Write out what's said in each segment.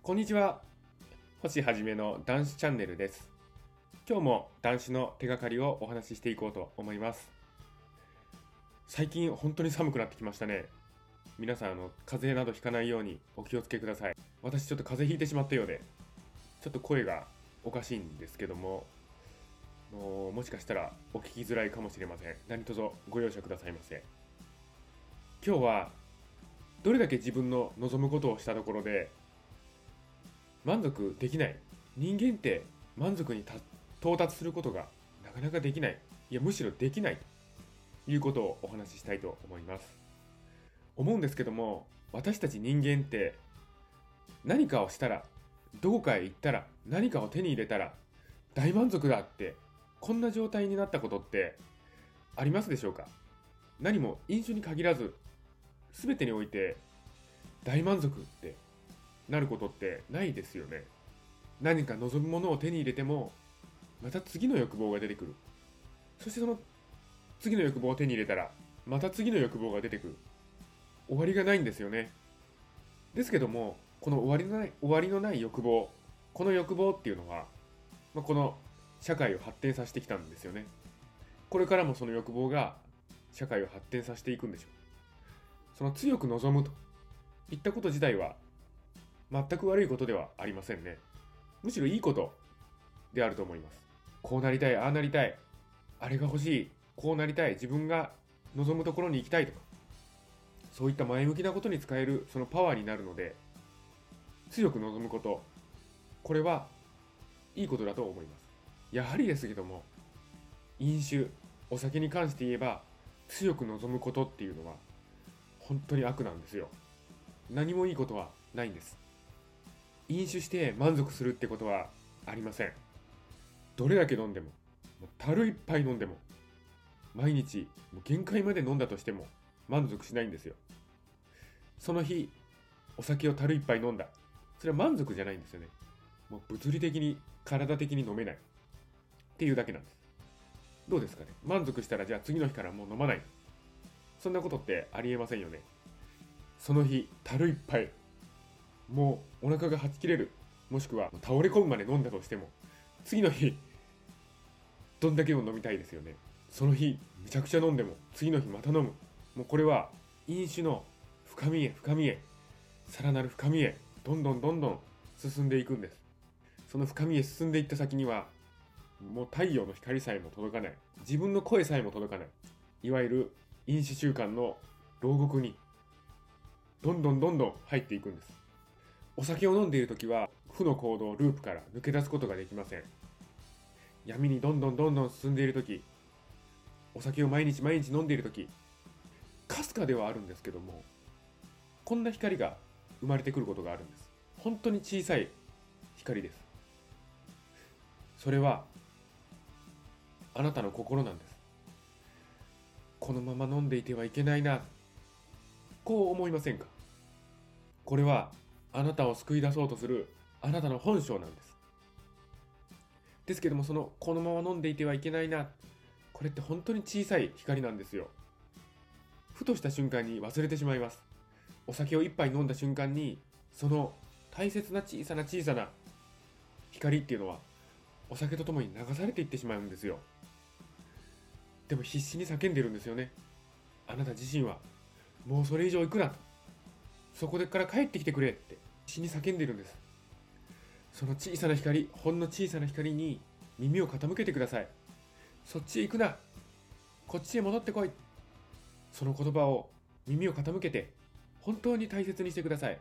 こんにちは。星はじめの男子チャンネルです。今日も男子の手がかりをお話ししていこうと思います。最近本当に寒くなってきましたね。皆さん風邪などひかないようにお気をつけください。私ちょっと風邪ひいてしまったようで、ちょっと声がおかしいんですけども、もしかしたらお聞きづらいかもしれません。何卒ご容赦くださいませ。今日はどれだけ自分の望むことをしたところで満足できない。人間って満足に到達することがなかなかできない。いや、むしろできないということをお話ししたいと思います。思うんですけども、私たち人間って何かをしたら、どこかへ行ったら、何かを手に入れたら大満足だって、こんな状態になったことってありますでしょうか？何も飲酒に限らず、全てにおいて大満足ってなることってないですよね。何か望むものを手に入れても、また次の欲望が出てくる。そしてその次の欲望を手に入れたら、また次の欲望が出てくる。終わりがないんですよね。ですけども、この終わりのない欲望、この欲望っていうのは、この社会を発展させてきたんですよね。これからもその欲望が社会を発展させていくんでしょう。その強く望むといったこと自体は全く悪いことではありませんね。むしろいいことであると思います。こうなりたい、ああなりたい、あれが欲しい、こうなりたい、自分が望むところに行きたいとか、そういった前向きなことに使えるそのパワーになるので、強く望むこと、これはいいことだと思います。やはりですけども、飲酒、お酒に関して言えば、強く望むことっていうのは本当に悪なんですよ。何もいいことはないんです。飲酒して満足するってことはありません。どれだけ飲んでも、樽一杯飲んでも、毎日限界まで飲んだとしても満足しないんですよ。その日、お酒を樽一杯飲んだ。それは満足じゃないんですよね。もう物理的に、体的に飲めない。っていうだけなんです。どうですかね。満足したらじゃあ次の日からもう飲まない。そんなことってありえませんよね。その日、樽一杯。もうお腹がはち切れる。もしくは倒れ込むまで飲んだとしても、次の日、どんだけも飲みたいですよね。その日、めちゃくちゃ飲んでも、次の日また飲む。もうこれは、飲酒の深みへ深みへ、さらなる深みへ、どんどんどんどん進んでいくんです。その深みへ進んでいった先には、もう太陽の光さえも届かない。自分の声さえも届かない。いわゆる飲酒習慣の牢獄に、どんどんどんどん入っていくんです。お酒を飲んでいるときは、負の行動、ループから抜け出すことができません。闇にどんどんどんどん進んでいるとき、お酒を毎日毎日飲んでいるとき、かすかではあるんですけども、こんな光が生まれてくることがあるんです。本当に小さい光です。それは、あなたの心なんです。このまま飲んでいてはいけないな、こう思いませんか？これは、あなたを救い出そうとする、あなたの本性なんです。ですけども、このまま飲んでいてはいけないな、これって本当に小さい光なんですよ。ふとした瞬間に忘れてしまいます。お酒を一杯飲んだ瞬間に、その大切な小さな小さな光っていうのは、お酒とともに流されていってしまうんですよ。でも必死に叫んでるんですよね。あなた自身は、もうそれ以上行くなと。そこでから帰ってきてくれって必死に叫んでるんです。その小さな光、ほんの小さな光に耳を傾けてください。そっちへ行くな。こっちへ戻ってこい。その言葉を耳を傾けて本当に大切にしてください。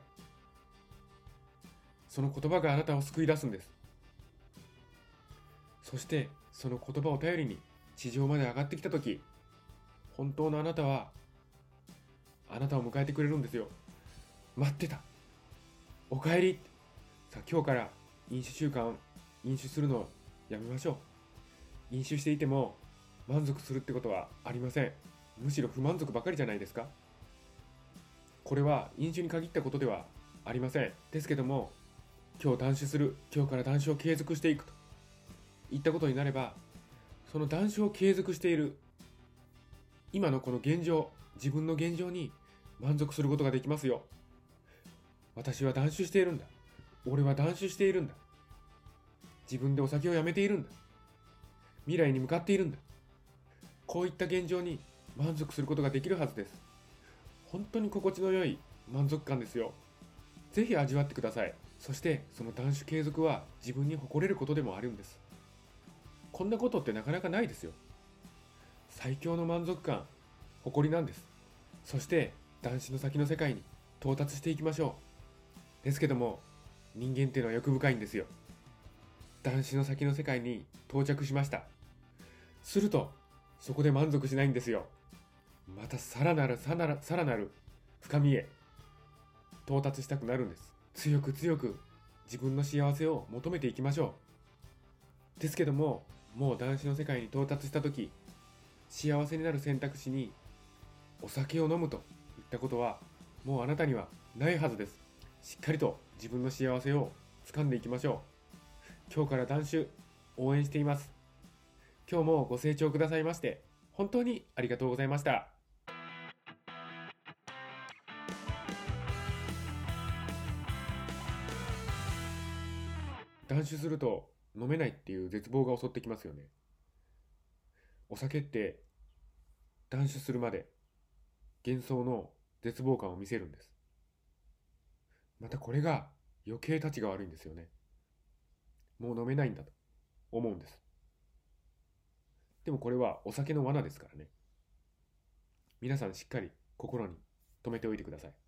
その言葉があなたを救い出すんです。そしてその言葉を頼りに地上まで上がってきたとき、本当のあなたはあなたを迎えてくれるんですよ。待ってた。おかえり。さあ今日から飲酒するのをやめましょう。飲酒していても満足するってことはありません。むしろ不満足ばかりじゃないですか。これは飲酒に限ったことではありません。ですけども、今日断酒する、今日から断酒を継続していくといったことになれば、その断酒を継続している今のこの現状、自分の現状に満足することができますよ。私は断酒しているんだ。 俺は断酒しているんだ。自分でお酒をやめているんだ。未来に向かっているんだ。こういった現状に満足することができるはずです。本当に心地の良い満足感ですよ。ぜひ味わってください。そしてその断酒継続は自分に誇れることでもあるんです。こんなことってなかなかないですよ。最強の満足感、誇りなんです。そして断酒の先の世界に到達していきましょう。ですけども、人間っていうのは欲深いんですよ。断酒の先の世界に到着しました。すると、そこで満足しないんですよ。またさらなる深みへ到達したくなるんです。強く強く自分の幸せを求めていきましょう。ですけども、もう断酒の世界に到達した時、幸せになる選択肢にお酒を飲むといったことはもうあなたにはないはずです。しっかりと自分の幸せを掴んでいきましょう。今日から断酒応援しています。今日もご清聴くださいまして本当にありがとうございました。断酒すると飲めないっていう絶望が襲ってきますよね。お酒って断酒するまで幻想の絶望感を見せるんです。またこれが余計たちが悪いんですよね。もう飲めないんだと思うんです。でもこれはお酒の罠ですからね。皆さんしっかり心に留めておいてください。